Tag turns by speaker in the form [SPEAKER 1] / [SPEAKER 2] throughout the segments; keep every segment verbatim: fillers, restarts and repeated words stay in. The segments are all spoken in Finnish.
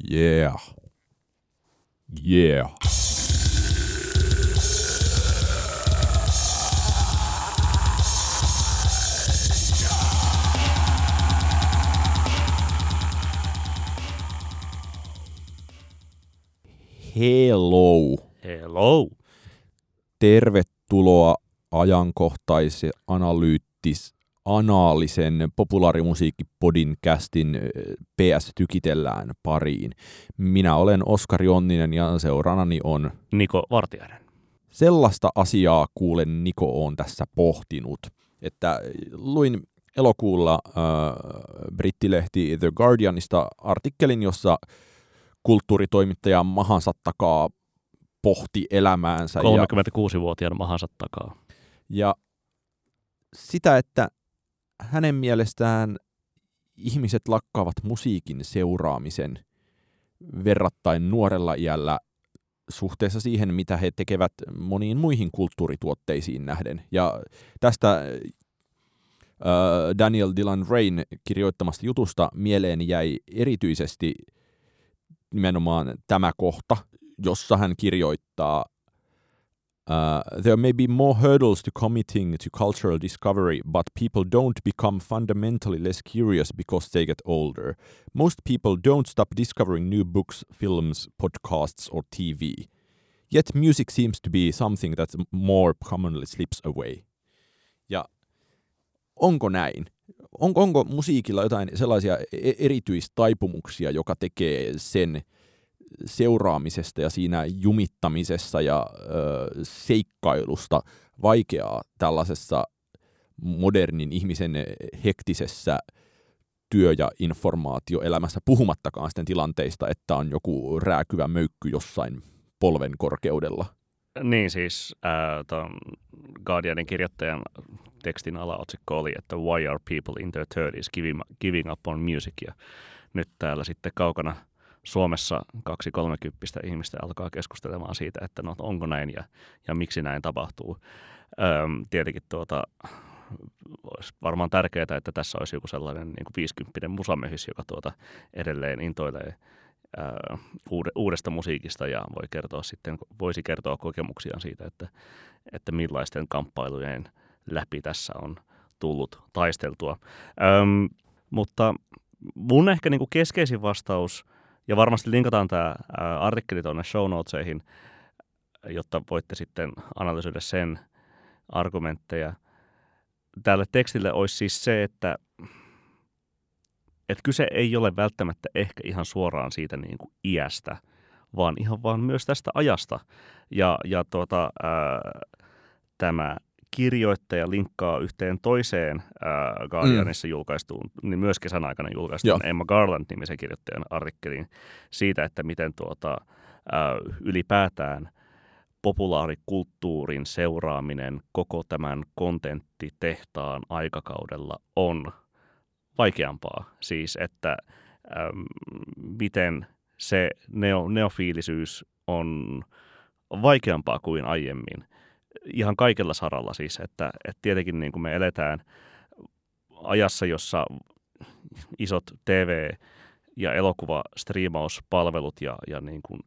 [SPEAKER 1] Yeah. Yeah. Hello.
[SPEAKER 2] Hello.
[SPEAKER 1] Tervetuloa ajankohtaisen analyyttis anaalisen populaarimusiikkipodin castin P S Tykitellään pariin. Minä olen Oskari Onninen ja seurannani on
[SPEAKER 2] Niko Vartiainen.
[SPEAKER 1] Sellaista asiaa kuulen Niko on tässä pohtinut, että luin elokuulla äh, brittilehti The Guardianista artikkelin, jossa kulttuuritoimittaja mahansa takaa pohti elämäänsä.
[SPEAKER 2] kolmekymmentäkuusivuotiaan mahansa takaa.
[SPEAKER 1] Ja sitä, että hänen mielestään ihmiset lakkaavat musiikin seuraamisen verrattain nuorella iällä suhteessa siihen, mitä he tekevät moniin muihin kulttuurituotteisiin nähden. Ja tästä äh, Daniel Dylan Rain kirjoittamasta jutusta mieleen jäi erityisesti nimenomaan tämä kohta, jossa hän kirjoittaa uh, There may be more hurdles to committing to cultural discovery, but people don't become fundamentally less curious because they get older. Most people don't stop discovering new books, films, podcasts or T V. Yet music seems to be something that more commonly slips away. Ja onko näin? On, onko musiikilla jotain sellaisia erityistaipumuksia, joka tekee sen seuraamisesta ja siinä jumittamisessa ja ö, seikkailusta vaikeaa tällaisessa modernin ihmisen hektisessä työ- ja informaatioelämässä, puhumattakaan sitten tilanteista, että on joku rääkyvä möykky jossain polven korkeudella?
[SPEAKER 2] Niin siis äh, tuon Guardianin kirjoittajan tekstin alaotsikko oli, että Why are people in their thirties giving, giving up on music? Ja nyt täällä sitten kaukana Suomessa kaksi kolmekymppistä ihmistä alkaa keskustelemaan siitä, että no onko näin ja, ja miksi näin tapahtuu. Öm, tietenkin tuota, olisi varmaan tärkeää, että tässä olisi joku sellainen niin kuin viisikymppinen musamehys, joka tuota edelleen intoilee ää, uudesta musiikista ja voi kertoa sitten, voisi kertoa kokemuksiaan siitä, että, että millaisten kamppailujen läpi tässä on tullut taisteltua. Öm, mutta mun ehkä niin kuin keskeisin vastaus, ja varmasti linkataan tämä artikkeli tuonne show notesihin, jotta voitte sitten analysoida sen argumentteja. Tälle tekstille olisi siis se, että, että kyse ei ole välttämättä ehkä ihan suoraan siitä niin kuin iästä, vaan ihan vaan myös tästä ajasta. Ja, ja tuota, ää, tämä kirjoittaja linkkaa yhteen toiseen äh, Guardianissa mm. julkaistuun, niin myös kesän aikana julkaistuun Joo. Emma Garland-nimisen kirjoittajan artikkeliin siitä, että miten tuota, äh, ylipäätään populaarikulttuurin seuraaminen koko tämän kontenttitehtaan aikakaudella on vaikeampaa. Siis, että ähm, miten se neo, neofiilisyys on vaikeampaa kuin aiemmin. Ihan kaikella saralla siis, että, että tietenkin niin kuin me eletään ajassa, jossa isot T V- ja elokuvastriimauspalvelut ja, ja niin kuin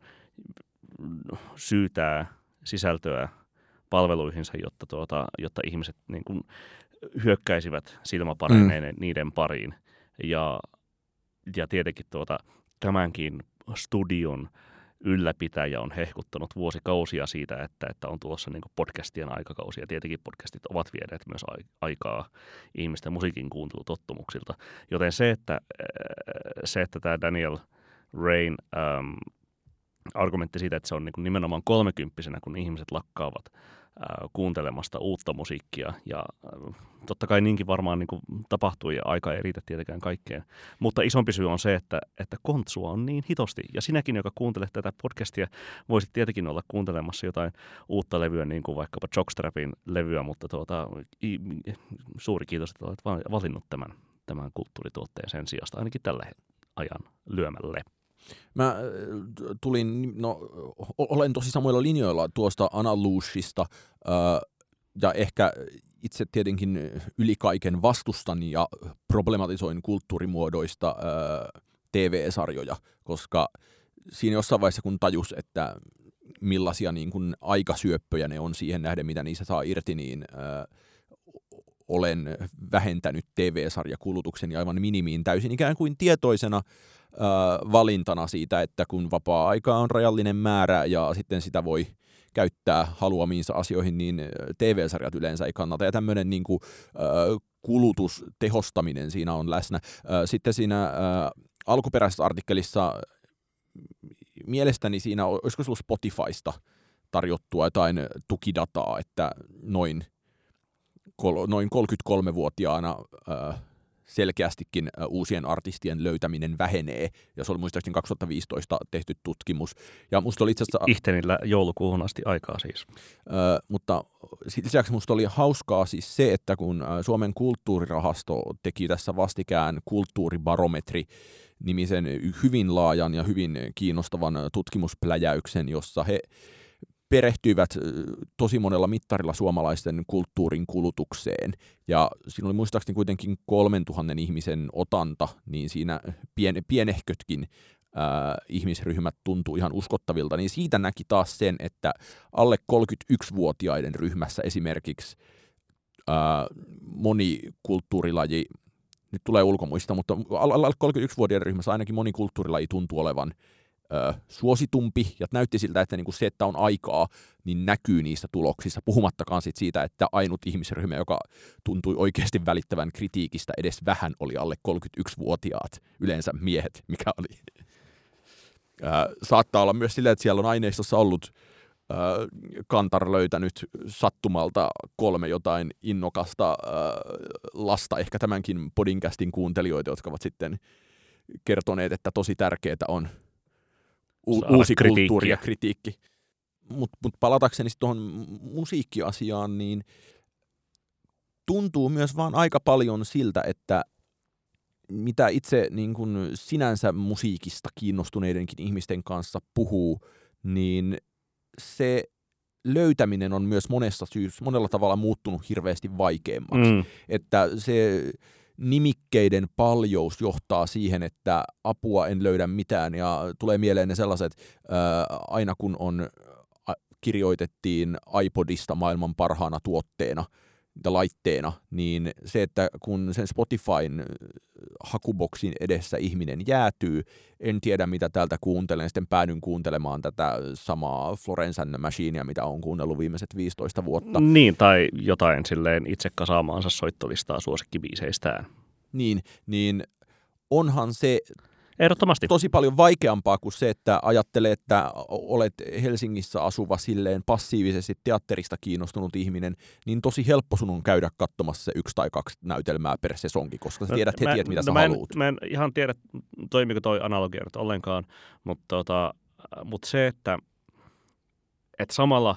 [SPEAKER 2] syytää sisältöä palveluihinsa, jotta, tuota, jotta ihmiset niin kuin hyökkäisivät silmäpareineen mm. niiden pariin. Ja, ja tietenkin tuota, tämänkin studion ylläpitäjä on hehkuttanut vuosikausia siitä, että, että on tulossa niin kuin podcastien aikakausia. Ja tietenkin podcastit ovat vieneet myös aikaa ihmisten musiikin kuuntelutottumuksilta. Joten se, että, se, että tämä Daniel Rain ähm, argumentti siitä, että se on niin kuin nimenomaan kolmekymppisenä, kun ihmiset lakkaavat äh, kuuntelemasta uutta musiikkia. Ja äh, totta kai niinkin varmaan niin kuin tapahtuu ja aika ei riitä tietenkään kaikkeen. Mutta isompi syy on se, että, että kontsua on niin hitosti. Ja sinäkin, joka kuuntelet tätä podcastia, voisit tietenkin olla kuuntelemassa jotain uutta levyä, niin kuin vaikkapa Jockstrapin levyä, mutta tuota, i, suuri kiitos, että olet valinnut tämän, tämän kulttuurituotteen sen sijasta, ainakin tällä ajan lyömälle.
[SPEAKER 1] Mä tulin, no olen tosi samoilla linjoilla tuosta analyysista äh, ja ehkä itse tietenkin yli kaiken vastustan ja problematisoin kulttuurimuodoista äh, T V-sarjoja, koska siinä jossain vaiheessa kun tajus, että millaisia niin kuin aikasyöppöjä ne on siihen nähden, mitä niissä saa irti, niin ö, olen vähentänyt T V-sarjakulutukseni aivan minimiin täysin ikään kuin tietoisena ö, valintana siitä, että kun vapaa-aika on rajallinen määrä ja sitten sitä voi käyttää haluamiinsa asioihin, niin T V-sarjat yleensä ei kannata. Ja tämmöinen niin kuin, ö, kulutustehostaminen siinä on läsnä. Ö, sitten siinä ö, alkuperäisessä artikkelissa mielestäni siinä, olisiko se ollut Spotifysta tarjottua jotain tukidataa, että noin, kol, noin kolmekymmentäkolmevuotiaana ö, selkeästikin uusien artistien löytäminen vähenee, ja se oli muistaakseni kaksituhattaviisitoista tehty tutkimus. Ja musta oli itse asiassa...
[SPEAKER 2] Ihtenillä joulukuuhun asti aikaa siis.
[SPEAKER 1] Ö, mutta lisäksi musta oli hauskaa siis se, että kun Suomen kulttuurirahasto teki tässä vastikään kulttuuribarometri nimisen hyvin laajan ja hyvin kiinnostavan tutkimuspläjäyksen, jossa he perehtyivät tosi monella mittarilla suomalaisten kulttuurin kulutukseen. Ja siinä oli muistaakseni kuitenkin kolmen tuhannen ihmisen otanta, niin siinä pien, pienehkötkin ää, ihmisryhmät tuntuu ihan uskottavilta. Niin siitä näki taas sen, että alle kolmekymmentäyksivuotiaiden ryhmässä esimerkiksi ää, monikulttuurilaji, nyt tulee ulkomuista, mutta alle kolmekymmentäyksivuotiaiden ryhmässä ainakin monikulttuurilaji tuntuu olevan Ö, suositumpi, ja näytti siltä, että niinku se, että on aikaa, niin näkyy niissä tuloksissa, puhumattakaan sit siitä, että ainut ihmisryhmä, joka tuntui oikeasti välittävän kritiikistä edes vähän, oli alle kolmekymmentäyksivuotiaat, yleensä miehet, mikä oli. Ö, saattaa olla myös silleen, että siellä on aineistossa ollut ö, Kantar löytänyt sattumalta kolme jotain innokasta ö, lasta, ehkä tämänkin podcastin kuuntelijoita, jotka ovat sitten kertoneet, että tosi tärkeää on U- uusi kulttuuri ja kritiikki. Mutta mut palatakseni tuohon musiikkiasiaan, niin tuntuu myös vaan aika paljon siltä, että mitä itse niin kun sinänsä musiikista kiinnostuneidenkin ihmisten kanssa puhuu, niin se löytäminen on myös monessa syyssä, monella tavalla muuttunut hirveästi vaikeammaksi. Mm. Että se nimikkeiden paljous johtaa siihen, että apua en löydä mitään, ja tulee mieleen ne sellaiset, ää, aina kun on kirjoitettiin iPodista maailman parhaana tuotteena ja laitteena, niin se, että kun sen Spotifyn hakuboksin edessä ihminen jäätyy, en tiedä mitä täältä kuuntelen, sitten päädyn kuuntelemaan tätä samaa Florence and the Machinea, mitä on kuunnellut viimeiset viisitoista vuotta.
[SPEAKER 2] Niin, tai jotain silleen itse kasaamaansa soittolistaa suosikkibiiseistään.
[SPEAKER 1] Niin, niin onhan se
[SPEAKER 2] ehdottomasti
[SPEAKER 1] tosi paljon vaikeampaa kuin se, että ajattelee, että olet Helsingissä asuva silleen passiivisesti teatterista kiinnostunut ihminen, niin tosi helppo sun on käydä katsomassa se yksi tai kaksi näytelmää per sesonki, koska sä tiedät heti, että mitä no, sä
[SPEAKER 2] mä en,
[SPEAKER 1] haluut.
[SPEAKER 2] Mä en ihan tiedä, toimiko toi analogia nyt ollenkaan, mutta, tota, mutta se, että, että samalla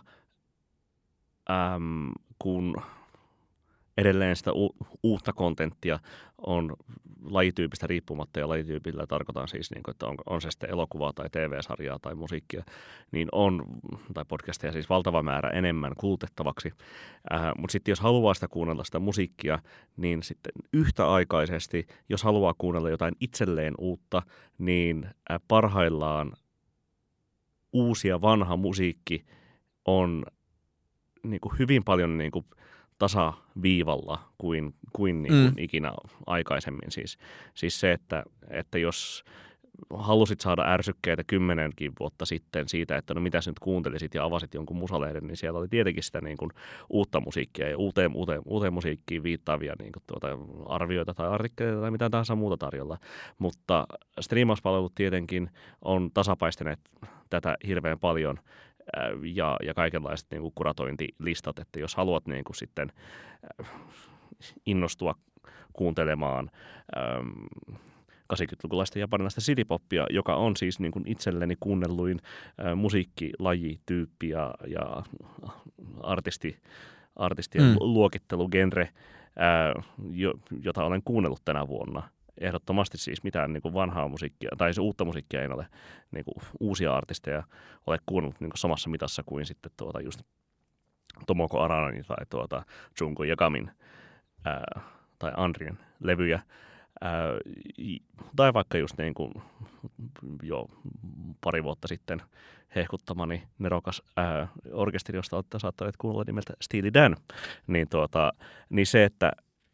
[SPEAKER 2] äm, kun edelleen sitä u- uutta kontenttia on lajityypistä riippumatta, ja lajityypillä tarkoitan siis, niin kuin, että on, on se sitten elokuvaa tai T V-sarjaa tai musiikkia, niin on, tai podcasteja siis valtava määrä enemmän kulutettavaksi. Äh, mutta sitten jos haluaa sitä kuunnella sitä musiikkia, niin sitten yhtäaikaisesti, jos haluaa kuunnella jotain itselleen uutta, niin äh, parhaillaan uusi ja vanha musiikki on niin kuin hyvin paljon niin kuin tasaviivalla kuin, kuin, niin kuin mm. ikinä aikaisemmin. Siis, siis se, että, että jos halusit saada ärsykkeitä kymmenenkin vuotta sitten siitä, että no mitä sä nyt kuuntelisit ja avasit jonkun musalehden, niin siellä oli tietenkin sitä niin kuin uutta musiikkia ja uuteen, uuteen, uuteen musiikkiin viittaavia niin kuin tuota, arvioita tai artikkeleita tai mitä tahansa muuta tarjolla. Mutta striimauspalvelut tietenkin on tasapaistaneet tätä hirveän paljon. Ja, ja kaikenlaiset niin kuin kuratointilistat, että jos haluat niin kuin sitten innostua kuuntelemaan ähm, kahdeksankymmentälukulaista japanilaista citypoppia, joka on siis niin kuin itselleni kuunnelluin äh, musiikkilajityyppi ja, ja artisti, artistien mm. luokittelugenre, äh, jo, jota olen kuunnellut tänä vuonna. Ehdottomasti siis mitään niin kuin vanhaa musiikkia, tai se uutta musiikkia ei ole niin kuin uusia artisteja ole kuunnellut niin kuin samassa mitassa kuin sitten tuota just Tomoko Aranin tai tuota Junko Yagamin ää, tai Andrien levyjä. Ää, tai vaikka just niin kuin jo pari vuotta sitten hehkuttamani nerokas ää, orkesteri, josta olette saattaneet kuulla nimeltä Steely Dan, niin, tuota, niin se, että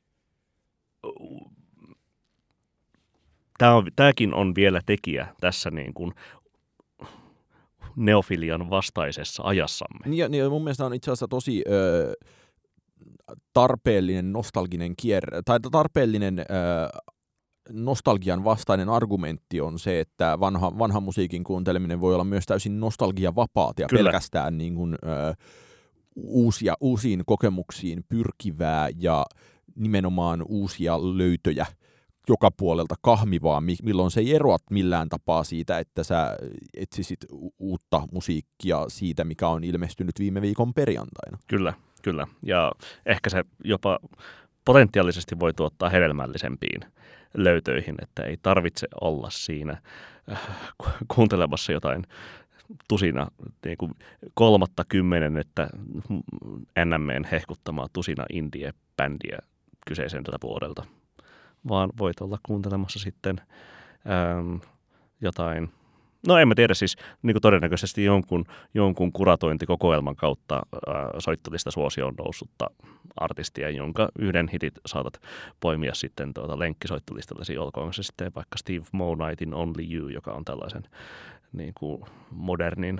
[SPEAKER 2] Tämä on, tämäkin on vielä tekijä tässä niin kuin neofilian vastaisessa ajassamme.
[SPEAKER 1] Ja, ja mun mielestä on itse asiassa tosi ö, tarpeellinen nostalginen kierre, tai tarpeellinen ö, nostalgian vastainen argumentti on se, että vanha, vanhan musiikin kuunteleminen voi olla myös täysin nostalgiavapaata ja Kyllä. pelkästään niin kuin, ö, uusia, uusiin kokemuksiin pyrkivää ja nimenomaan uusia löytöjä joka puolelta kahmivaa, milloin se ei eroa millään tapaa siitä, että sä etsisit uutta musiikkia siitä, mikä on ilmestynyt viime viikon perjantaina.
[SPEAKER 2] Kyllä, kyllä. Ja ehkä se jopa potentiaalisesti voi tuottaa hedelmällisempiin löytöihin, että ei tarvitse olla siinä kuuntelemassa jotain tusina, niin kuin kolmatta kymmenen, että N M:n hehkuttamaa tusina indie-bändiä kyseiseltä vuodelta, vaan voit olla kuuntelemassa sitten äm, jotain, no en mä tiedä, siis niin kuin todennäköisesti jonkun, jonkun kuratointikokoelman kautta äh, soittolista suosioon noussutta artistia, jonka yhden hitit saatat poimia sitten tuota lenkkisoittolistallesi, olkoon se sitten vaikka Steve Monightin Only You, joka on tällaisen niin kuin modernin,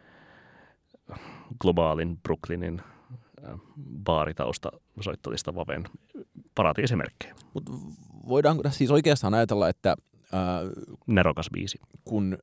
[SPEAKER 2] globaalin Brooklynin äh, baaritausta soittolista Vaven paratiisimerkkejä.
[SPEAKER 1] Mut voidaanko siis oikeastaan ajatella, että ää,
[SPEAKER 2] nerokas biisi.
[SPEAKER 1] Kun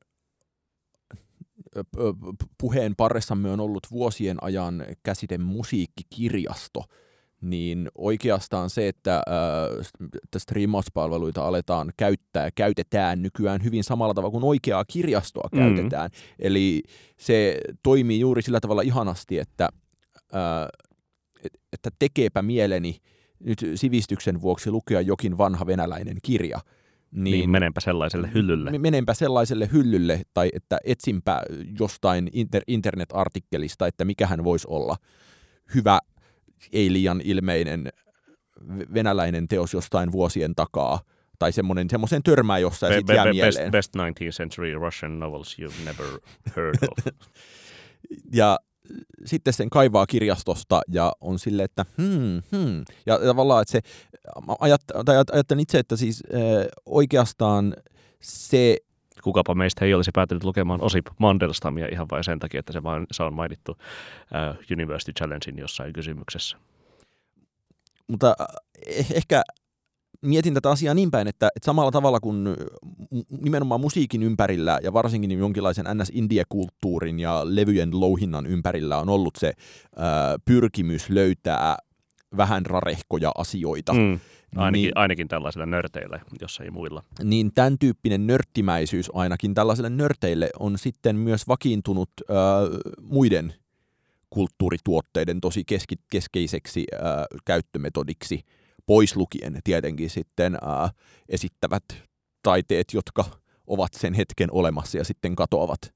[SPEAKER 1] puheen parressamme on ollut vuosien ajan käsite musiikkikirjasto, niin oikeastaan se, että, ää, että striimauspalveluita aletaan käyttää, käytetään nykyään hyvin samalla tavalla kuin oikeaa kirjastoa mm. käytetään. Eli se toimii juuri sillä tavalla ihanasti, että, ää, että tekeepä mieleni nyt sivistyksen vuoksi lukea jokin vanha venäläinen kirja.
[SPEAKER 2] Niin, niin menenpä sellaiselle hyllylle.
[SPEAKER 1] Menenpä sellaiselle hyllylle, tai että etsinpä jostain inter- internet-artikkelista, että mikähän voisi olla hyvä, ei liian ilmeinen venäläinen teos jostain vuosien takaa, tai semmoisen törmää jossain, ja sitten jää mieleen.
[SPEAKER 2] Best, best nineteenth century Russian novels you've never heard of.
[SPEAKER 1] Ja sitten sen kaivaa kirjastosta ja on silleen, että hmm, hmm. Ja tavallaan, että se, ajat, tai ajattelen itse, että siis äh, oikeastaan se...
[SPEAKER 2] Kukapa meistä ei olisi päätynyt lukemaan Osip Mandelstamia ihan vain sen takia, että se, vain, se on mainittu äh, University Challengein jossain kysymyksessä.
[SPEAKER 1] Mutta eh, ehkä mietin tätä asiaa niin päin, että, että samalla tavalla kuin nimenomaan musiikin ympärillä ja varsinkin jonkinlaisen N S-indie-kulttuurin ja levyjen louhinnan ympärillä on ollut se ää, pyrkimys löytää vähän rarehkoja asioita. Mm,
[SPEAKER 2] ainakin, niin, ainakin tällaisilla nörteillä, jos ei muilla.
[SPEAKER 1] Niin tämän tyyppinen nörttimäisyys ainakin tällaisille nörteille on sitten myös vakiintunut ää, muiden kulttuurituotteiden tosi keski, keskeiseksi ää, käyttömetodiksi. Pois lukien tietenkin sitten ää, esittävät taiteet, jotka ovat sen hetken olemassa ja sitten katoavat.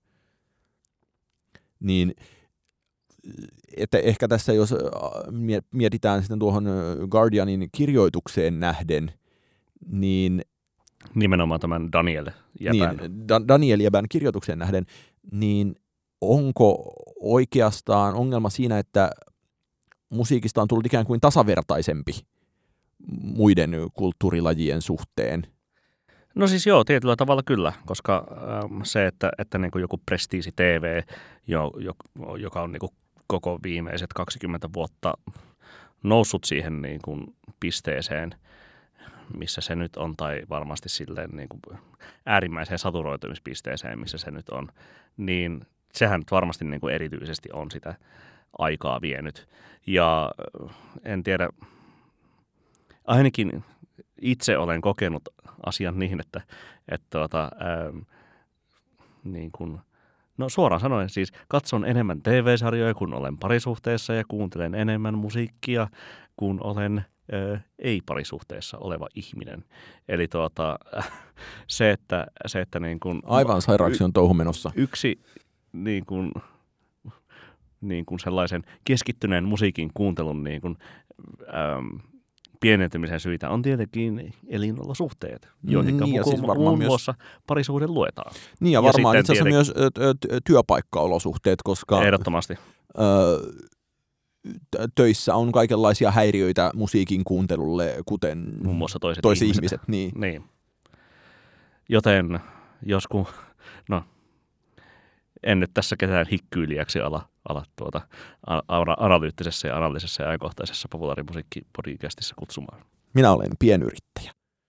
[SPEAKER 1] Niin, että ehkä tässä jos mietitään sitten tuohon Guardianin kirjoitukseen nähden, niin...
[SPEAKER 2] Nimenomaan tämän Daniel Jäbän.
[SPEAKER 1] Niin, da- Daniel Jäbän kirjoitukseen nähden, niin onko oikeastaan ongelma siinä, että musiikista on tullut ikään kuin tasavertaisempi muiden kulttuurilajien suhteen?
[SPEAKER 2] No siis joo, tietyllä tavalla kyllä, koska ähm, se, että, että niin kuin joku prestiisi T V, jo, jo, joka on niin kuin koko viimeiset kaksikymmentä vuotta noussut siihen niin kuin pisteeseen, missä se nyt on, tai varmasti silleen niin kuin äärimmäiseen saturoitumispisteeseen, missä se nyt on, niin sehän nyt varmasti niin kuin erityisesti on sitä aikaa vienyt. Ja en tiedä, ainakin itse olen kokenut asian niin, että, että tuota, ää, niin kuin, no suoraan sanoen siis katson enemmän T V-sarjoja, kun olen parisuhteessa ja kuuntelen enemmän musiikkia, kun olen ää, ei-parisuhteessa oleva ihminen. Eli tuota, se, että, se, että niin kuin,
[SPEAKER 1] aivan sairaaksi on touhu menossa.
[SPEAKER 2] Yksi niin kuin, niin kuin sellaisen keskittyneen musiikin kuuntelun niin kuin, äm, pienentymisen syitä on tietenkin elinolosuhteet, joihin
[SPEAKER 1] niin,
[SPEAKER 2] muun,
[SPEAKER 1] siis
[SPEAKER 2] muun
[SPEAKER 1] myös...
[SPEAKER 2] muassa parisuhde luetaan.
[SPEAKER 1] Niin ja varmaan ja itse asiassa tietenkin... myös ö, työpaikkaolosuhteet, koska
[SPEAKER 2] ehdottomasti.
[SPEAKER 1] Ö, töissä on kaikenlaisia häiriöitä musiikin kuuntelulle, kuten
[SPEAKER 2] muun muassa toiset,
[SPEAKER 1] toiset
[SPEAKER 2] ihmiset.
[SPEAKER 1] ihmiset. Niin.
[SPEAKER 2] niin. Joten joskus, no en nyt tässä ketään hikkyyliäksi ala, ala tuota, analyyttisessä ja analyysisessa ja ajankohtaisessa populaarimusiikkipodcastissa kutsumaan.
[SPEAKER 1] Minä olen pienyrittäjä.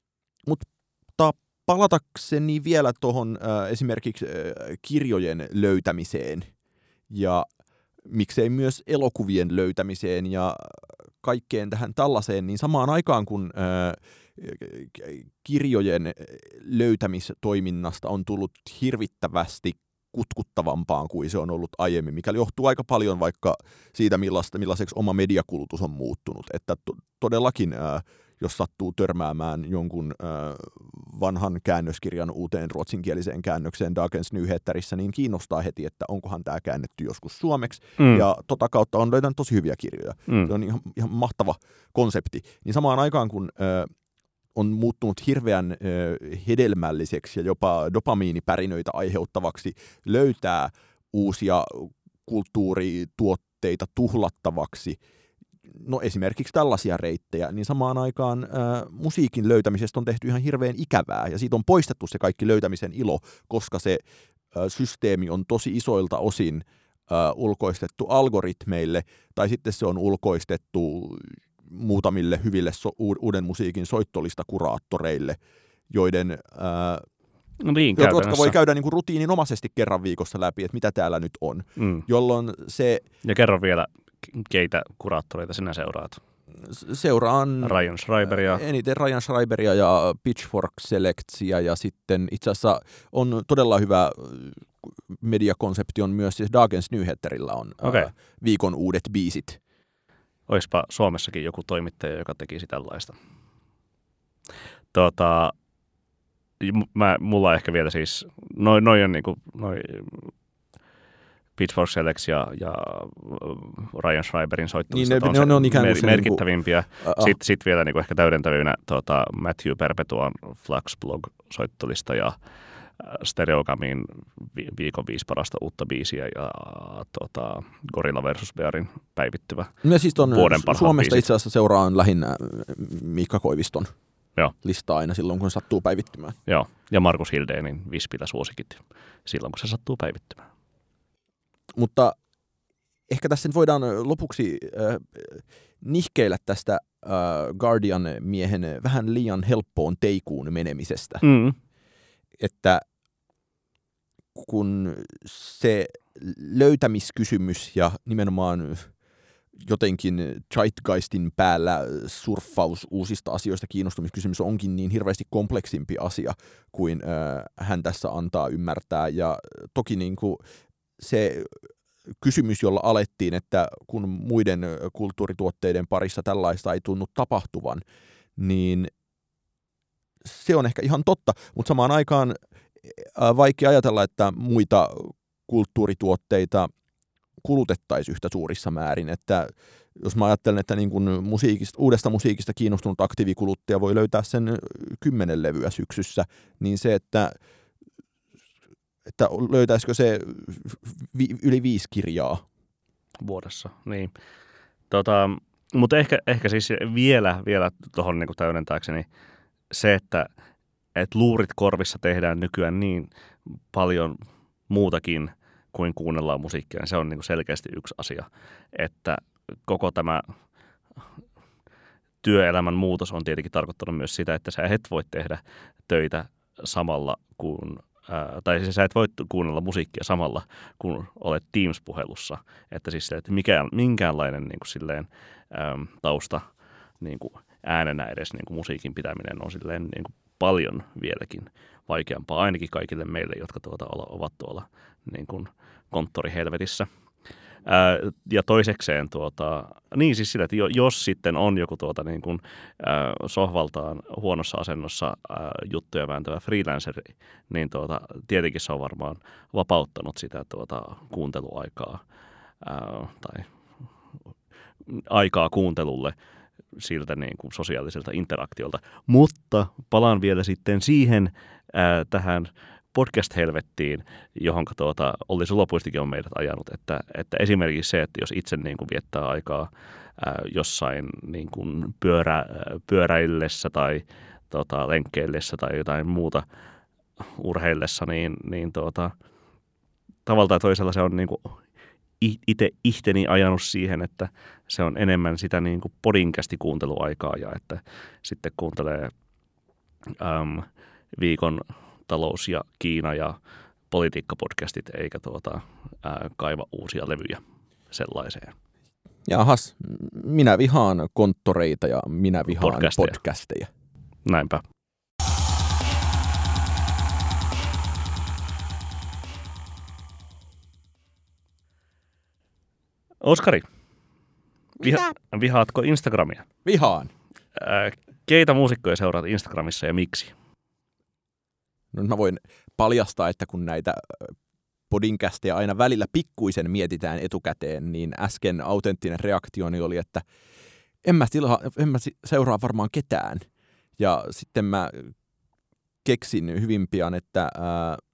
[SPEAKER 1] Mutta palatakseni vielä tuohon äh, esimerkiksi äh, kirjojen löytämiseen ja miksei myös elokuvien löytämiseen ja kaikkeen tähän tällaiseen, niin samaan aikaan kun äh, kirjojen löytämistoiminnasta on tullut hirvittävästi kutkuttavampaan kuin se on ollut aiemmin, mikä johtuu aika paljon vaikka siitä, millaista, millaiseksi oma mediakulutus on muuttunut. Että to- todellakin, ää, jos sattuu törmäämään jonkun ää, vanhan käännöskirjan uuteen ruotsinkieliseen käännökseen Dagens Nyheterissä, niin kiinnostaa heti, että onkohan tämä käännetty joskus suomeksi. Mm. Ja tota kautta on löytänyt tosi hyviä kirjoja. Mm. Se on ihan, ihan mahtava konsepti. Niin samaan aikaan, kun ää, on muuttunut hirveän ö, hedelmälliseksi ja jopa dopamiinipärinöitä aiheuttavaksi löytää uusia kulttuurituotteita tuhlattavaksi, no esimerkiksi tällaisia reittejä, niin samaan aikaan ö, musiikin löytämisestä on tehty ihan hirveän ikävää, ja siitä on poistettu se kaikki löytämisen ilo, koska se ö, systeemi on tosi isoilta osin ö, ulkoistettu algoritmeille, tai sitten se on ulkoistettu muutamille hyville so, uuden musiikin soittolista-kuraattoreille, joiden, ää,
[SPEAKER 2] no niin,
[SPEAKER 1] jotka voi käydä niin kuin rutiininomaisesti kerran viikossa läpi, että mitä täällä nyt on. Mm. Jolloin se...
[SPEAKER 2] Ja kerro vielä, keitä kuraattoreita sinä seuraat?
[SPEAKER 1] Seuraan
[SPEAKER 2] Ryan Schreiberia.
[SPEAKER 1] Eniten Ryan Schreiberia ja Pitchfork Selectsia, ja sitten itse asiassa on todella hyvä mediakonsepti on myös, siis Dagens Nyheterillä on okay. ää, viikon uudet biisit.
[SPEAKER 2] Oispa Suomessakin joku toimittaja, joka tekisi tällaista. Tota, mä, mulla ehkä vielä siis, noin noi on niinku, noi Pitchfork Selects ja, ja Ryan Schreiberin soittelusta niin, on, ne, on mer- merkittävimpiä. Niinku, sitten sit vielä niinku ehkä täydentävinä tota, Matthew Perpetuan Flux-blog-soittolista ja Stereogamin vi- viikon viisi parasta uutta biisiä ja tota, Gorilla versus Bearin päivittyvä
[SPEAKER 1] ja siis ton
[SPEAKER 2] vuoden parhaat
[SPEAKER 1] Suomesta
[SPEAKER 2] biisit.
[SPEAKER 1] Itse asiassa seuraan lähinnä Miikka Koiviston
[SPEAKER 2] Joo.
[SPEAKER 1] listaa aina silloin, kun se sattuu päivittymään.
[SPEAKER 2] Joo, ja Markus Hildénin Vispilä suosikit silloin, kun se sattuu päivittymään.
[SPEAKER 1] Mutta ehkä tässä nyt voidaan lopuksi äh, nihkeillä tästä äh, Guardian-miehen vähän liian helppoon teikuun menemisestä. Mm. Että kun se löytämiskysymys ja nimenomaan jotenkin zeitgeistin päällä surffaus uusista asioista kiinnostumiskysymys onkin niin hirveästi kompleksimpi asia kuin äh, hän tässä antaa ymmärtää. Ja toki niin kuin se kysymys, jolla alettiin, että kun muiden kulttuurituotteiden parissa tällaista ei tunnu tapahtuvan, niin se on ehkä ihan totta, mutta samaan aikaan vaikea ajatella, että muita kulttuurituotteita kulutettaisiin yhtä suurissa määrin. Että jos mä ajattelen, että niin kun musiikista, uudesta musiikista kiinnostunut aktiivikuluttaja voi löytää sen kymmenen levyä syksyssä, niin se, että, että löytäisikö se vi, yli viisi kirjaa
[SPEAKER 2] vuodessa, niin. Tota, mutta ehkä, ehkä siis vielä, vielä tuohon niin täydentääkseni se, että et luurit korvissa tehdään nykyään niin paljon muutakin kuin kuunnellaan musiikkia, niin se on niin kuin selkeästi yksi asia, että koko tämä työelämän muutos on tietenkin tarkoittanut myös sitä, että sä et voi tehdä töitä samalla kuin, ää, tai siis sä et voi kuunnella musiikkia samalla, kun olet Teams-puhelussa, että siis että mikään, minkäänlainen niin kuin silleen, äm, tausta niin kuin äänenä edes niin kuin musiikin pitäminen on silleen niin kuin paljon vieläkin vaikeampaa, ainakin kaikille meille, jotka tuota ovat tuolla niin kuin konttorihelvetissä. Ää, ja toisekseen, tuota, niin siis sillä, että jos sitten on joku tuota, niin kuin, ää, sohvaltaan huonossa asennossa ää, juttuja vääntävä freelanceri, niin tuota, tietenkin se on varmaan vapauttanut sitä tuota, kuunteluaikaa ää, tai aikaa kuuntelulle siltä niin kuin sosiaaliselta interaktiolta. Mutta palaan vielä sitten siihen ää, tähän podcast-helvettiin, johon tuota, Olli Sulopuistikin on meidät ajanut, että, että esimerkiksi se, että jos itse niin kuin viettää aikaa ää, jossain niin kuin pyörä, pyöräillessä tai tota, lenkkeillessä tai jotain muuta urheillessa, niin, niin tuota, tavalla tai toisella se on niin kuin itse ihteni ajanut siihen, että se on enemmän sitä niin kuin podinkästi kuunteluaikaa ja että sitten kuuntelee äm, viikon talous- ja Kiina- ja politiikkapodcastit eikä tuota, ää, kaiva uusia levyjä sellaiseen.
[SPEAKER 1] Jahas, minä vihaan konttoreita ja minä vihaan podcasteja. podcasteja.
[SPEAKER 2] Näinpä. Oskari, viha, vihaatko Instagramia?
[SPEAKER 1] Vihaan.
[SPEAKER 2] Ää, keitä muusikkoja seuraat Instagramissa ja miksi?
[SPEAKER 1] No mä voin paljastaa, että kun näitä podinkästejä aina välillä pikkuisen mietitään etukäteen, niin äsken autenttinen reaktioni oli, että en mä, sillä, en mä seuraa varmaan ketään. Ja sitten mä keksin hyvin pian, että ää, ää,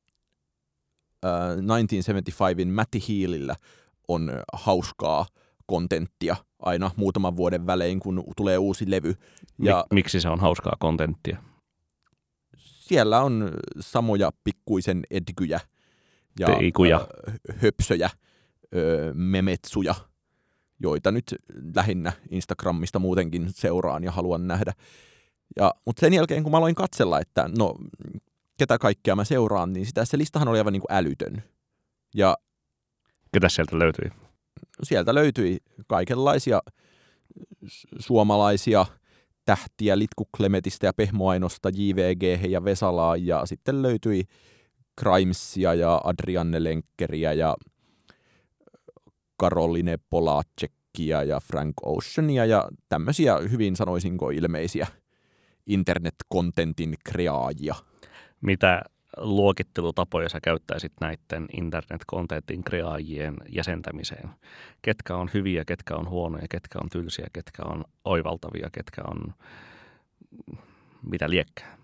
[SPEAKER 1] tuhatyhdeksänsataaseitsemänkymmentäviiden Matty Healillä on hauskaa kontenttia aina muutaman vuoden välein, kun tulee uusi levy. Ja
[SPEAKER 2] Mik, miksi se on hauskaa kontenttia?
[SPEAKER 1] Siellä on samoja pikkuisen edgyjä ja
[SPEAKER 2] Teikuja.
[SPEAKER 1] Ö, höpsöjä, ö, memetsuja, joita nyt lähinnä Instagramista muutenkin seuraan ja haluan nähdä. Ja, mutta sen jälkeen, kun mä aloin katsella, että no, ketä kaikkea mä seuraan, niin sitä, se listahan oli aivan niin kuin älytön. Ja
[SPEAKER 2] ketä sieltä löytyi?
[SPEAKER 1] Sieltä löytyi kaikenlaisia suomalaisia tähtiä Litku Klemetistä ja Pehmo Ainosta, J V G ja Vesalaa, ja sitten löytyi Crimesia ja Adrianne Lenkkeriä ja Caroline Polacekkia ja Frank Oceania ja tämmöisiä hyvin sanoisinko ilmeisiä internet-kontentin kreaajia.
[SPEAKER 2] Mitä luokittelutapoja sä käyttäisit näiden internet-kontentin kreaajien jäsentämiseen? Ketkä on hyviä, ketkä on huonoja, ketkä on tylsiä, ketkä on oivaltavia, ketkä on mitä liekkää?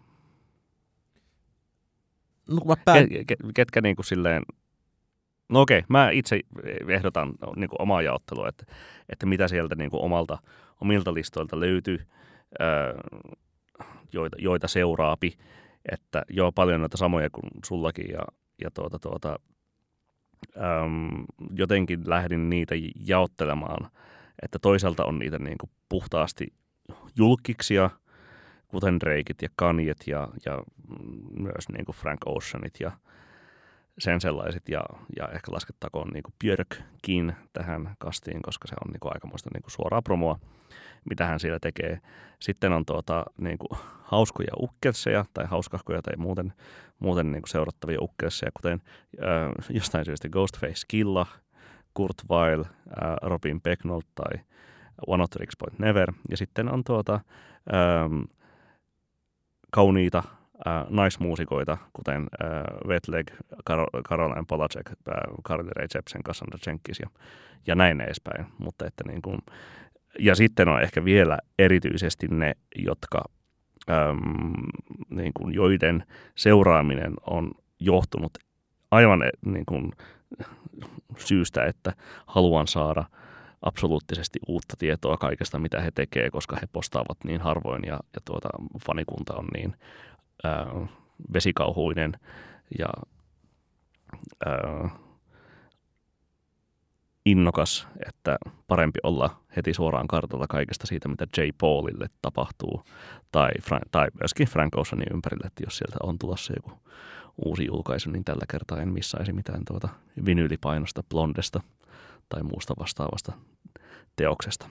[SPEAKER 1] No, kun mä pään...
[SPEAKER 2] Ket, ket, ketkä niin kuin silleen, no okei, mä itse ehdotan niin kuin omaa jaottelua, että, että mitä sieltä niin kuin omalta, omilta listoilta löytyy, ää, joita, joita seuraapi. Että joo, paljon noita samoja kuin sullakin ja, ja tuota, tuota, äm, jotenkin lähdin niitä jaottelemaan, että toisaalta on niitä niin kuin puhtaasti julkkiksia, kuten Drakeit ja Kanyet ja, ja myös niin kuin Frank Oceanit ja sen sellaiset ja, ja ehkä laskettakoon niin kuin Björkkin tähän kastiin, koska se on niin kuin aikamoista niin kuin suoraa promoa, mitä hän siellä tekee. Sitten on tuota, niin kuin hauskoja ukkelseja tai hauskahkoja tai muuten, muuten niin kuin seurattavia ukkelseja, kuten äh, jostain syystä Ghostface Killah, Kurt Weill, äh, Robin Pecknold tai One of the Ricks Point Never. Ja sitten on tuota, ähm, kauniita äh, naismuusikoita, kuten äh, Wet Leg, Kar- Caroline Polacek, äh, Carly Rae Jepsen, Cassandra Jenkins ja, ja näin edespäin. Mutta että niin kuin, ja sitten on ehkä vielä erityisesti ne, jotka, äm, niin kuin joiden seuraaminen on johtunut aivan niin kuin syystä, että haluan saada absoluuttisesti uutta tietoa kaikesta, mitä he tekee, koska he postaavat niin harvoin ja, ja tuota, fanikunta on niin ää, vesikauhuinen ja ää, innokas, että parempi olla heti suoraan kartalla kaikesta siitä, mitä J. Paulille tapahtuu, tai, tai myöskin Frank Oceanin ympärille, että jos sieltä on tulossa joku uusi julkaisu, niin tällä kertaa en missaisi mitään tuota vinyylipainosta, Blondesta tai muusta vastaavasta teoksesta.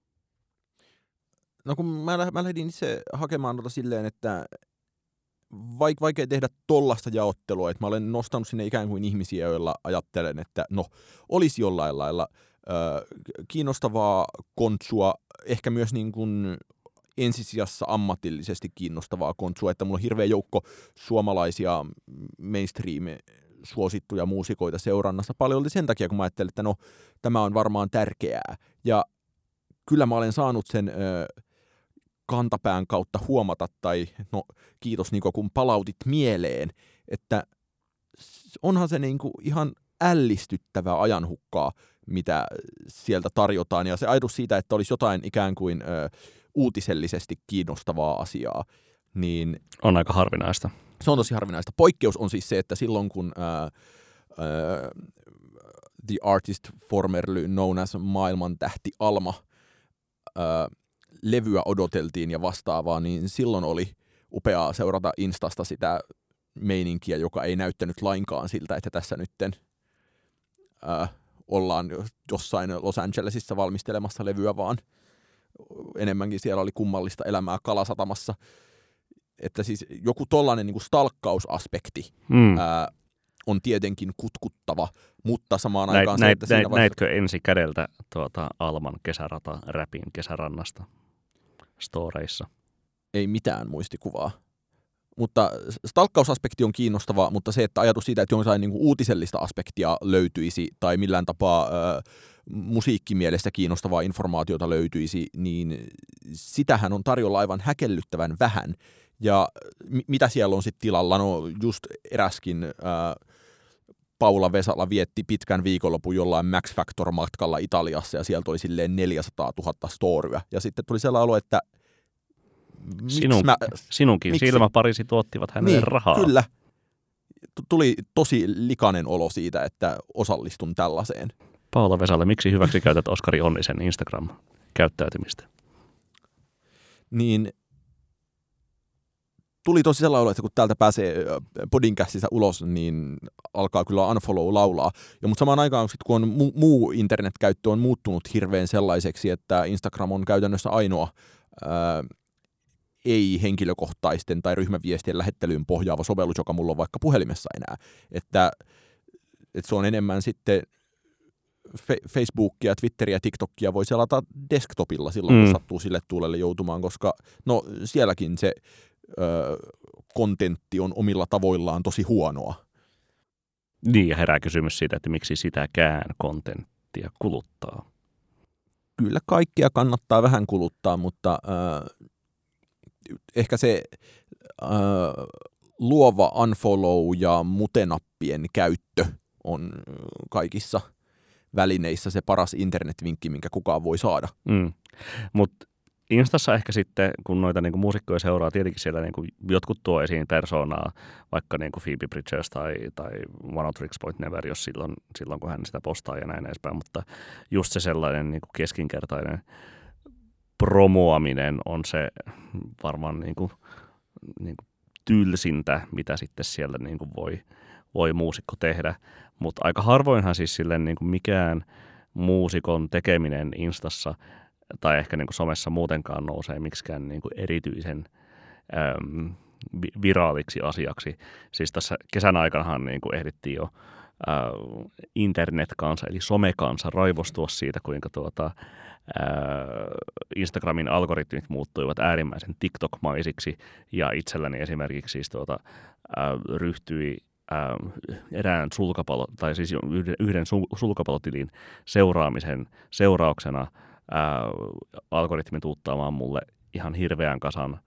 [SPEAKER 1] No kun mä, mä lähdin itse hakemaan noita silleen, että vaik, vaikea tehdä tollasta jaottelua, että mä olen nostanut sinne ikään kuin ihmisiä, joilla ajattelen, että no, olisi jollain lailla ö, kiinnostavaa kontsua, ehkä myös niin kuin ensisijassa ammatillisesti kiinnostavaa kontsua, että mulla on hirveä joukko suomalaisia mainstream-suosittuja muusikoita seurannassa. Paljon oli sen takia, kun mä ajattelin, että no, tämä on varmaan tärkeää. Ja kyllä mä olen saanut sen ö, kantapään kautta huomata, tai no kiitos Niko, kun palautit mieleen, että onhan se niinku ihan ällistyttävää ajanhukkaa, mitä sieltä tarjotaan, ja se ajatus siitä, että olisi jotain ikään kuin ö, uutisellisesti kiinnostavaa asiaa, niin
[SPEAKER 2] on aika harvinaista.
[SPEAKER 1] Se on tosi harvinaista. Poikkeus on siis se, että silloin kun ää, ää, The Artist Formerly Known as Maailman tähti Alma ää, levyä odoteltiin ja vastaavaa, niin silloin oli upeaa seurata Instasta sitä meininkiä, joka ei näyttänyt lainkaan siltä, että tässä nytten ää, ollaan jossain Los Angelesissa valmistelemassa levyä, vaan enemmänkin siellä oli kummallista elämää Kalasatamassa. Että siis joku tollainen niin kuin stalkkausaspekti mm. ää, on tietenkin kutkuttava, mutta samaan
[SPEAKER 2] näit,
[SPEAKER 1] aikaan
[SPEAKER 2] näit,
[SPEAKER 1] se, että siinä
[SPEAKER 2] näit,
[SPEAKER 1] vaiheessa...
[SPEAKER 2] Näitkö ensi kädeltä tuota Alman kesärata räpin kesärannasta storeissa?
[SPEAKER 1] Ei mitään muistikuvaa. Mutta stalkkausaspekti on kiinnostava, mutta se, että ajatus siitä, että jotain niin kuin uutisellista aspektia löytyisi tai millään tapaa ää, musiikkimielessä kiinnostavaa informaatiota löytyisi, niin sitähän on tarjolla aivan häkellyttävän vähän. Ja m- mitä siellä on sitten tilalla? No just eräskin ää, Paula Vesala vietti pitkän viikonlopun jollain Max Factor-matkalla Italiassa ja sieltä oli silleen neljäsataatuhatta storyä. Ja sitten tuli sellainen olo, että
[SPEAKER 2] Sinun, mä, sinunkin miksi? Silmäparisi tuottivat hänelle
[SPEAKER 1] niin,
[SPEAKER 2] rahaa.
[SPEAKER 1] Kyllä. Tuli tosi likainen olo siitä, että osallistun tällaiseen.
[SPEAKER 2] Paula Vesalle, miksi hyväksi käytät Oskari Onnisen Instagram-käyttäytymistä?
[SPEAKER 1] Niin tuli tosi sellainen olo, että kun täältä pääsee podcastista ulos, niin alkaa kyllä unfollow laulaa. Ja mutta samaan aikaan, kun on muu, muu internetkäyttö on muuttunut hirveän sellaiseksi, että Instagram on käytännössä ainoa ää, ei-henkilökohtaisten tai ryhmäviestien lähettelyyn pohjaava sovellus, joka mulla on vaikka puhelimessa enää. Että, että se on enemmän sitten fe- Facebookia, Twitteriä, TikTokia voi selata desktopilla silloin, mm. kun sattuu sille tuulelle joutumaan, koska no sielläkin se ö, kontentti on omilla tavoillaan tosi huonoa.
[SPEAKER 2] Niin, ja herää kysymys siitä, että miksi sitäkään kontenttia kuluttaa.
[SPEAKER 1] Kyllä kaikkea kannattaa vähän kuluttaa, mutta ö, ehkä se äh, luova unfollow- ja mutenappien käyttö on kaikissa välineissä se paras internetvinkki, minkä kukaan voi saada.
[SPEAKER 2] Mm. Mutta Instassa ehkä sitten, kun noita niinku muusikkoja seuraa, tietenkin siellä niinku jotkut tuo esiin persoonaa, vaikka niinku Phoebe Bridgers tai, tai One Tricks Point Never, jos silloin, silloin, kun hän sitä postaa ja näin edespäin, mutta just se sellainen niinku keskinkertainen promoaminen on se varmaan niinku, niinku tylsintä, mitä sitten siellä niinku voi, voi muusikko tehdä. Mutta aika harvoinhan siis silleen niinku mikään muusikon tekeminen Instassa tai ehkä niinku somessa muutenkaan nousee miksikään niinku erityisen äm, viraaliksi asiaksi. Siis tässä kesän aikanahan niinku ehdittiin jo äh, internetkansa eli somekansa raivostua siitä, kuinka tuota Instagramin algoritmit muuttuivat äärimmäisen TikTok-maisiksi ja itselläni esimerkiksi siis tuota, äh, ryhtyi äh, erään sulkapallo, tai siis yhden, yhden sulkapallotilin seuraamisen seurauksena äh, algoritmi tuuttaamaan mulle ihan hirveän kasan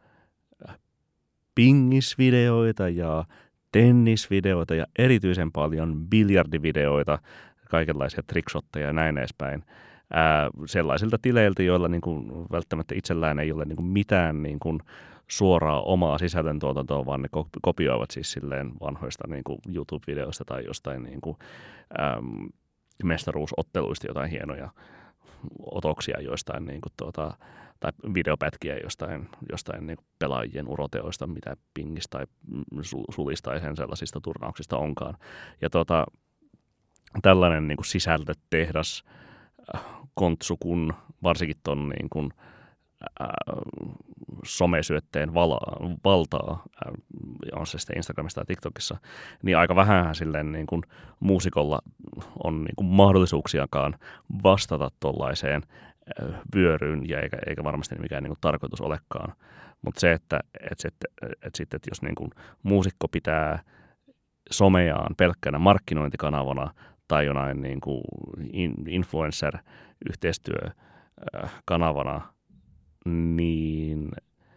[SPEAKER 2] pingisvideoita ja tennisvideoita ja erityisen paljon biljardivideoita, kaikenlaisia trickshotteja ja näin edespäin. Ää, sellaisilta tileiltä, joilla niin kuin välttämättä itsellään ei ole niin kuin mitään niin kuin suoraa omaa sisällöntuotantoa, vaan ne kopioivat siis silleen vanhoista niin kuin YouTube-videoista tai jostain niin kuin, äm, mestaruusotteluista jotain hienoja otoksia joistain niin kuin tuota, tai videopätkiä jostain, jostain niin kuin pelaajien uroteoista, mitä pingistä tai sulista tai sen sellaisista turnauksista onkaan. Ja tuota, tällainen niin kuin sisältötehdas kontsu, kun varsinkin tuon niin kuin, ää, somesyötteen vala, valtaa, ää, on se sitten Instagramissa tai TikTokissa, niin aika vähänhän silleen niin kuin muusikolla on niin kuin mahdollisuuksiakaan vastata tuollaiseen vyöryyn, ja eikä, eikä varmasti mikään niin kuin tarkoitus olekaan. Mutta se, että et, et, et, et, et jos niin kuin muusikko pitää someaan pelkkänä markkinointikanavana tai jonain niin kuin influencer-yhteistyö kanavana, niin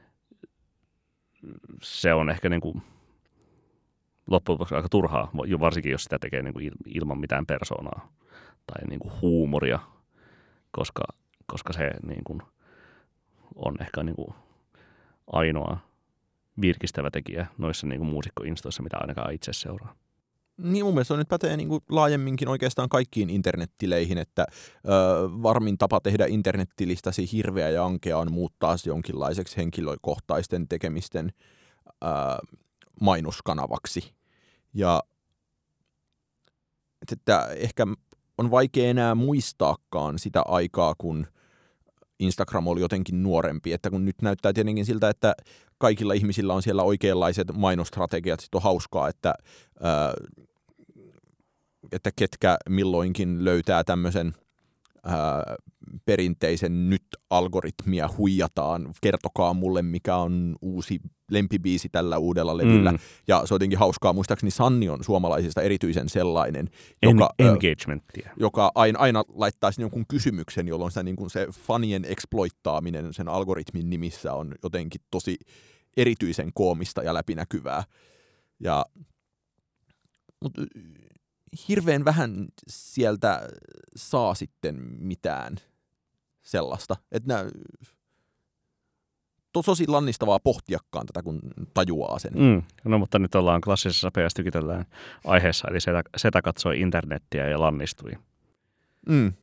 [SPEAKER 2] se on ehkä niin kuin loppujen lopuksi aika turhaa, varsinkin jos sitä tekee niin kuin ilman mitään persoonaa tai niin kuin huumoria, koska, koska se niin kuin on ehkä niin kuin ainoa virkistävä tekijä noissa niin kuin muusikkoinstoissa, mitä ainakaan itse seuraa.
[SPEAKER 1] Niin mun mielestä on nyt pätee niin kuin laajemminkin oikeastaan kaikkiin internettileihin, että ö, varmin tapa tehdä internettilistäsi hirveä ja ankea on muuttaa se jonkinlaiseksi henkilökohtaisten tekemisten ö, mainoskanavaksi. Ja että ehkä on vaikea enää muistaakaan sitä aikaa, kun Instagram oli jotenkin nuorempi, että kun nyt näyttää tietenkin siltä, että kaikilla ihmisillä on siellä oikeanlaiset mainostrategiat, sitten on hauskaa, että, ää, että ketkä milloinkin löytää tämmöisen ää, perinteisen nyt algoritmia huijataan, kertokaa mulle mikä on uusi lempibiisi tällä uudella levyllä, mm. ja se on jotenkin hauskaa, muistaakseni Sanni on suomalaisista erityisen sellainen, joka,
[SPEAKER 2] en, engagementtia.
[SPEAKER 1] joka aina, aina laittaa sinne jonkun kysymyksen, jolloin sitä, niin kuin se fanien exploittaaminen sen algoritmin nimissä on jotenkin tosi erityisen koomista ja läpinäkyvää. Ja, mutta hirveän vähän sieltä saa sitten mitään sellaista, että nää, tosi lannistavaa pohtiakaan tätä, kun tajuaa sen.
[SPEAKER 2] Mm. No mutta nyt ollaan klassisessa P S Tykitellään aiheessa, eli setä, setä katsoi internettiä ja lannistui.
[SPEAKER 1] Mm.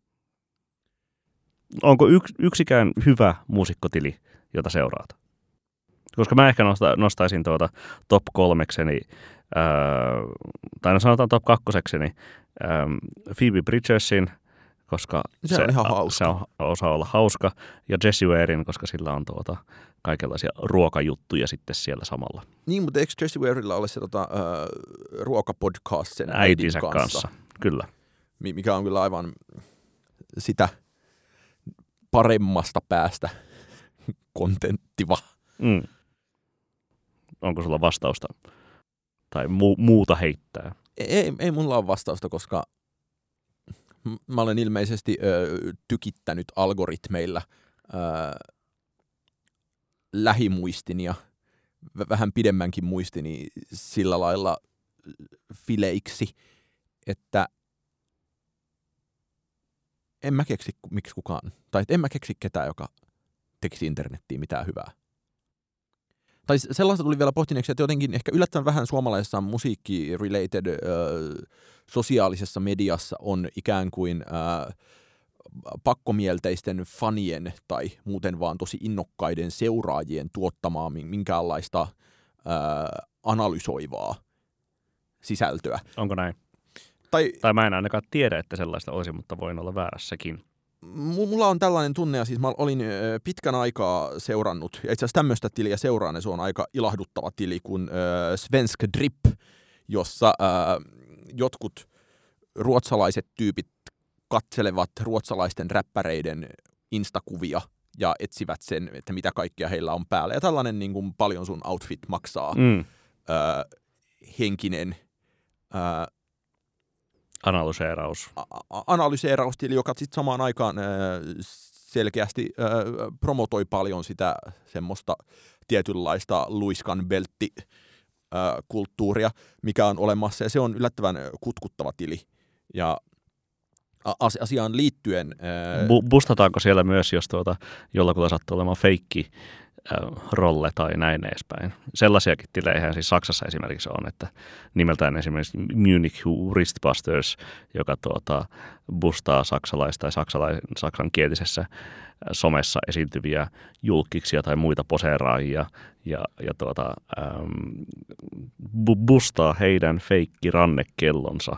[SPEAKER 2] Onko yks, yksikään hyvä muusikkotili, jota seuraat? Koska mä ehkä nosta, nostaisin tuota top kolmekseni, ää, tai no sanotaan top kakkosekseni, ää, Phoebe Bridgersin, koska
[SPEAKER 1] se,
[SPEAKER 2] se,
[SPEAKER 1] on ihan
[SPEAKER 2] a, se on, osaa olla hauska, ja Jessie Warein, koska sillä on tuota kaikenlaisia ruokajuttuja sitten siellä samalla.
[SPEAKER 1] Niin, mutta eikö Jessie Warella ole se tota, äh, ruokapodcast sen
[SPEAKER 2] äitinsä kanssa? kanssa? Kyllä.
[SPEAKER 1] Mikä on kyllä aivan sitä paremmasta päästä kontenttiva.
[SPEAKER 2] Mm. Onko sulla vastausta tai mu- muuta heittää?
[SPEAKER 1] Ei, ei mulla ole vastausta, koska mä olen ilmeisesti ö, tykittänyt algoritmeilla ö, lähimuistini ja v- vähän pidemmänkin muistini sillä lailla fileiksi, että en mä keksi miksi kukaan, tai en mä keksi ketään, joka tekisi internettiin mitään hyvää. Tai sellaista tuli vielä pohtineeksi, että jotenkin ehkä yllättävän vähän suomalaisessa musiikki-related äh, sosiaalisessa mediassa on ikään kuin äh, pakkomielteisten fanien tai muuten vaan tosi innokkaiden seuraajien tuottamaa minkäänlaista äh, analysoivaa sisältöä.
[SPEAKER 2] Onko näin?
[SPEAKER 1] Tai,
[SPEAKER 2] tai mä en ainakaan tiedä, että sellaista olisi, mutta voin olla väärässäkin.
[SPEAKER 1] Mulla on tällainen tunne, ja siis mä olin pitkän aikaa seurannut, ja itse asiassa tämmöistä tiliä seuraan, ja se on aika ilahduttava tili kuin äh, Svensk Drip, jossa äh, jotkut ruotsalaiset tyypit katselevat ruotsalaisten räppäreiden instakuvia ja etsivät sen, että mitä kaikkea heillä on päällä. Ja tällainen niin kuin paljon sun outfit maksaa
[SPEAKER 2] mm.
[SPEAKER 1] äh, henkinen äh,
[SPEAKER 2] Analyseeraus.
[SPEAKER 1] A- analyseeraustili, joka sitten samaan aikaan äh, selkeästi äh, promotoi paljon sitä semmoista tietynlaista luiskan beltti äh, kulttuuria, mikä on olemassa, ja se on yllättävän kutkuttava tili. Ja as- asiaan liittyen... Äh,
[SPEAKER 2] Bu- bustataanko siellä myös, jos tuota, jollakulla sattuu olemaan feikki rolle tai näin edespäin. Sellaisiakin tilejä siis Saksassa esimerkiksi on, että nimeltään esimerkiksi Munich Wristbusters, joka tuota, bustaa saksalais- tai saksalais- saksankielisessä somessa esiintyviä julkkiksia tai muita poseeraajia ja, ja tuota, ähm, bu- bustaa heidän feikki rannekellonsa.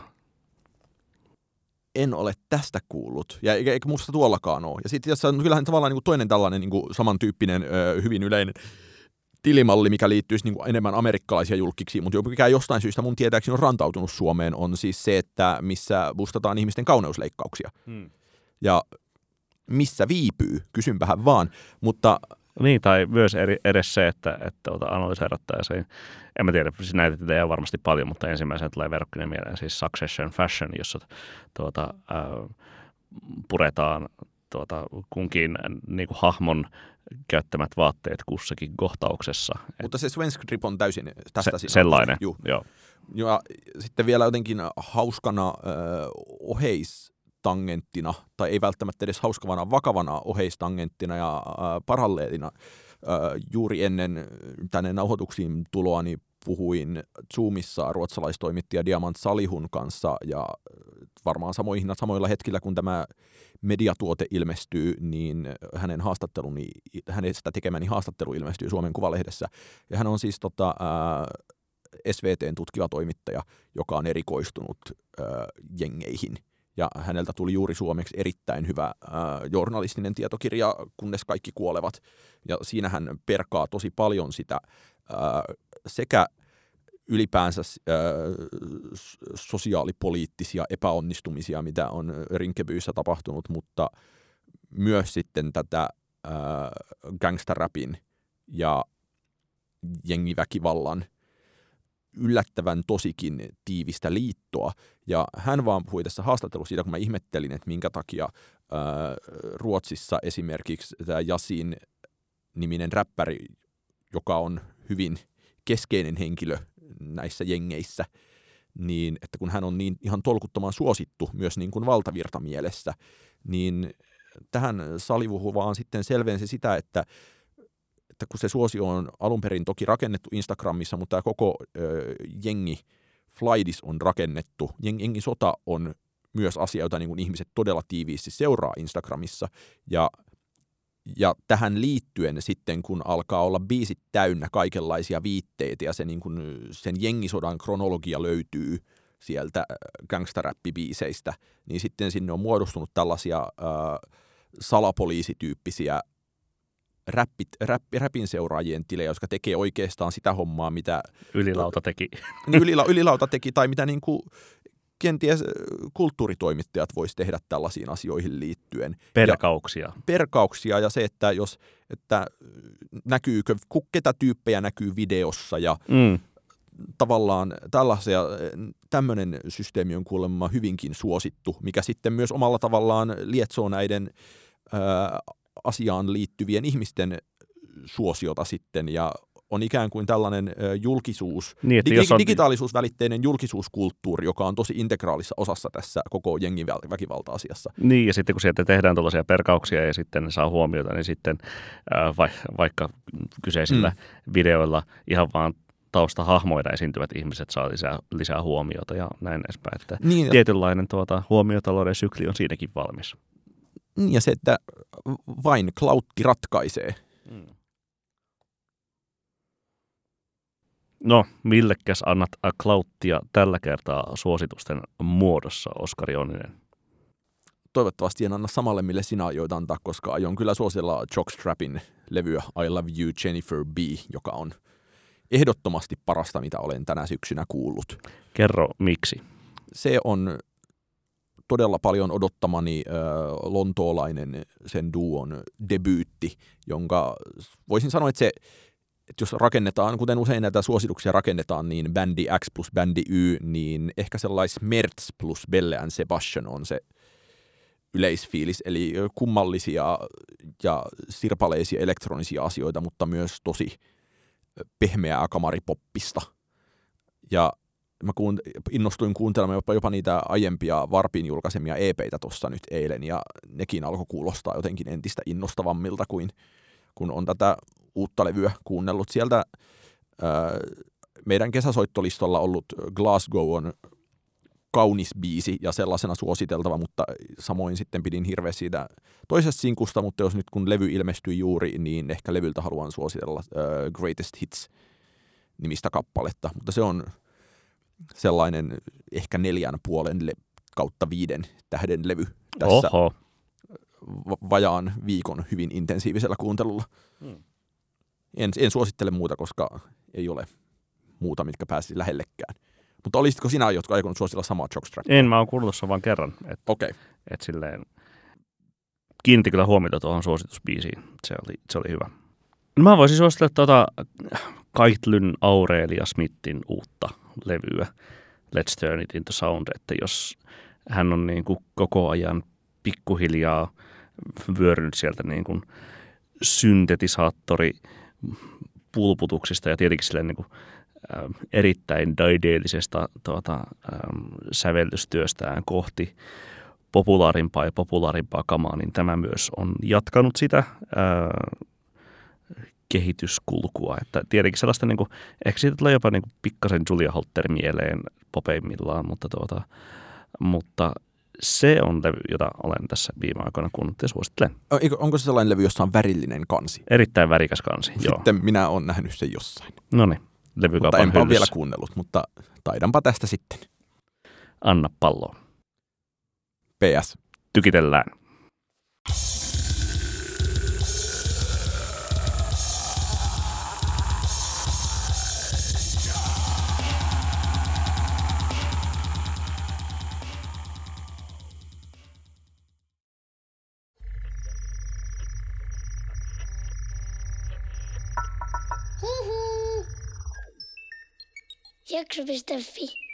[SPEAKER 1] En ole tästä kuullut, ja eikä, eikä musta tuollakaan ole. Ja sitten kyllähän tavallaan niin kuin toinen tällainen niin kuin samantyyppinen, ö, hyvin yleinen tilimalli, mikä liittyisi niin kuin enemmän amerikkalaisia julkiksi, mutta mikä jostain syystä mun tietääkseni on rantautunut Suomeen, on siis se, että missä bustataan ihmisten kauneusleikkauksia. Hmm. Ja missä viipyy, kysynpähän vaan, mutta...
[SPEAKER 2] Niin, tai myös eri, edes se, että, että analyseerattaisiin, en mä tiedä, siis näitä tilejä on varmasti paljon, mutta ensimmäisenä tulee verrokkinen mieleen, siis Succession Fashion, jossa tuota, äh, puretaan tuota, kunkin niin kuin hahmon käyttämät vaatteet kussakin kohtauksessa.
[SPEAKER 1] Mutta se Svensk Trip on täysin tästä
[SPEAKER 2] se, sellainen,
[SPEAKER 1] Juh.
[SPEAKER 2] joo.
[SPEAKER 1] Ja sitten vielä jotenkin hauskana äh, oheistangenttina, tai ei välttämättä edes hauskavana, vakavana oheistangenttina ja äh, paralleelina, äh, juuri ennen tänne nauhoituksiin tuloani puhuin Zoomissa ruotsalaistoimittaja Diamant Salihun kanssa, ja varmaan samoihin, samoilla hetkillä, kun tämä mediatuote ilmestyy, niin hänen haastatteluni, hänestä tekemäni haastattelu ilmestyy Suomen Kuvalehdessä. Ja hän on siis tota, ää, S V T:n tutkiva toimittaja, joka on erikoistunut ää, jengeihin. Ja häneltä tuli juuri suomeksi erittäin hyvä ää, journalistinen tietokirja, kunnes kaikki kuolevat. Ja siinä hän perkaa tosi paljon sitä ää, sekä ylipäänsä äh, sosiaalipoliittisia epäonnistumisia, mitä on Rinkebyissä tapahtunut, mutta myös sitten tätä äh, gangsterrapin ja jengiväkivallan yllättävän tosikin tiivistä liittoa. Ja hän vaan puhui tässä haastattelussa siitä, kun mä ihmettelin, että minkä takia äh, Ruotsissa esimerkiksi tämä Yasin niminen räppäri, joka on hyvin keskeinen henkilö näissä jengeissä, niin että kun hän on niin ihan tolkuttoman suosittu myös niin kuin valtavirtamielessä, niin tähän Salivuhu vaan sitten selvensi sitä, että, että kun se suosio on alun perin toki rakennettu Instagramissa, mutta tämä koko ö, jengi Flaidis on rakennettu, jeng, jengin sota on myös asia, jota niin kuin ihmiset todella tiiviisti seuraa Instagramissa, ja Ja tähän liittyen sitten, kun alkaa olla biisit täynnä kaikenlaisia viitteitä ja se, niin kuin, sen jengisodan kronologia löytyy sieltä gangsterräppibiiseistä, niin sitten sinne on muodostunut tällaisia äh, salapoliisityyppisiä räppit, räpp, räpin seuraajien tilejä, jotka tekee oikeastaan sitä hommaa, mitä
[SPEAKER 2] Ylilauta teki.
[SPEAKER 1] Niin, ylila, ylilauta teki, tai mitä niin kuin kenties kulttuuritoimittajat voisi tehdä tällaisiin asioihin liittyen.
[SPEAKER 2] Perkauksia.
[SPEAKER 1] Ja, perkauksia ja se, että jos, että näkyykö, ketä tyyppejä näkyy videossa ja mm. tavallaan tällaisia, tämmöinen systeemi on kuulemma hyvinkin suosittu, mikä sitten myös omalla tavallaan lietsoo näiden ää, asiaan liittyvien ihmisten suosiota sitten ja on ikään kuin tällainen ö, julkisuus,
[SPEAKER 2] niin,
[SPEAKER 1] dig- on... digitaalisuusvälitteinen julkisuuskulttuuri, joka on tosi integraalissa osassa tässä koko jengin väkivalta-asiassa.
[SPEAKER 2] Niin, ja sitten kun sieltä tehdään tällaisia perkauksia ja sitten ne saa huomiota, niin sitten äh, va- vaikka kyseisillä mm. videoilla ihan vaan taustahahmoina esiintyvät ihmiset saa lisää, lisää huomiota ja näin edespäin. Että niin, tietynlainen tuota, huomiotalouden sykli on siinäkin valmis.
[SPEAKER 1] Niin, ja se, että vain klautti ratkaisee. Mm.
[SPEAKER 2] No, millekäs annat klauttia tällä kertaa suositusten muodossa, Oskari Onninen?
[SPEAKER 1] Toivottavasti en anna samalle, mille sinä aioit antaa, koska aion kyllä suositella Jockstrapin levyä I Love You Jennifer B, joka on ehdottomasti parasta, mitä olen tänä syksynä kuullut.
[SPEAKER 2] Kerro miksi.
[SPEAKER 1] Se on todella paljon odottamani äh, lontoolainen sen duon debyytti, jonka voisin sanoa, että se että jos rakennetaan, kuten usein näitä suosituksia rakennetaan, niin bändi X plus bändi Y, niin ehkä sellais Mertz plus Belle and Sebastian on se yleisfiilis, eli kummallisia ja sirpaleisia elektronisia asioita, mutta myös tosi pehmeää kamaripoppista. Ja mä kuunt- innostuin kuuntelemaan jopa, jopa niitä aiempia Varpin julkaisemia E P:itä tuossa nyt eilen, ja nekin alkoi kuulostaa jotenkin entistä innostavammilta kuin kun on tätä uutta levyä kuunnellut. Sieltä ää, meidän kesäsoittolistolla ollut Glasgow on kaunis biisi ja sellaisena suositeltava, mutta samoin sitten pidin hirveästi siitä toisesta sinkusta, mutta jos nyt kun levy ilmestyi juuri, niin ehkä levyltä haluan suositella ää, Greatest Hits-nimistä kappaletta, mutta se on sellainen ehkä neljän puolen le- kautta viiden tähden levy tässä
[SPEAKER 2] Oho.
[SPEAKER 1] vajaan viikon hyvin intensiivisellä kuuntelulla. Hmm. En, en suosittele muuta, koska ei ole muuta, mitkä pääsisi lähellekään. Mutta olisitko sinä, jotka aikonut suositella samaa Jockstrapia?
[SPEAKER 2] En, mä oon kuullut sen vaan kerran.
[SPEAKER 1] Okei. Okay.
[SPEAKER 2] Että silleen kiinnitti kyllä huomiota tuohon suositusbiisiin. Se oli, se oli hyvä. Mä voisin suositella tuota Kaitlyn Aurelia Smithin uutta levyä, Let's Turn It Into Sound, että jos hän on niin kuin koko ajan pikkuhiljaa vyörynyt sieltä niin kuin syntetisaattori pulputuksista ja tietenkin silleen niin kuin, ä, erittäin daideellisesta tuota, ä, sävellystyöstään kohti populaarimpaa ja populaarimpaa kamaa, niin tämä myös on jatkanut sitä ä, kehityskulkua. Että tietenkin sellaista, niin kuin, ehkä siitä tulee jopa niin kuin pikkasen Julia Holter mieleen popeimmillaan, mutta, tuota, mutta se on levy, jota olen tässä viime aikoina kuunnellut ja suosittelen.
[SPEAKER 1] Onko se sellainen levy, jossa on värillinen kansi?
[SPEAKER 2] Erittäin värikäs kansi, joo.
[SPEAKER 1] Sitten minä olen nähnyt sen jossain.
[SPEAKER 2] Noniin, levykaupan
[SPEAKER 1] mutta enpä ole
[SPEAKER 2] hyllyssä.
[SPEAKER 1] vielä kuunnellut, mutta taidanpa tästä sitten.
[SPEAKER 2] Anna palloa.
[SPEAKER 1] P S.
[SPEAKER 2] Tykitellään.
[SPEAKER 3] Jakso piste fi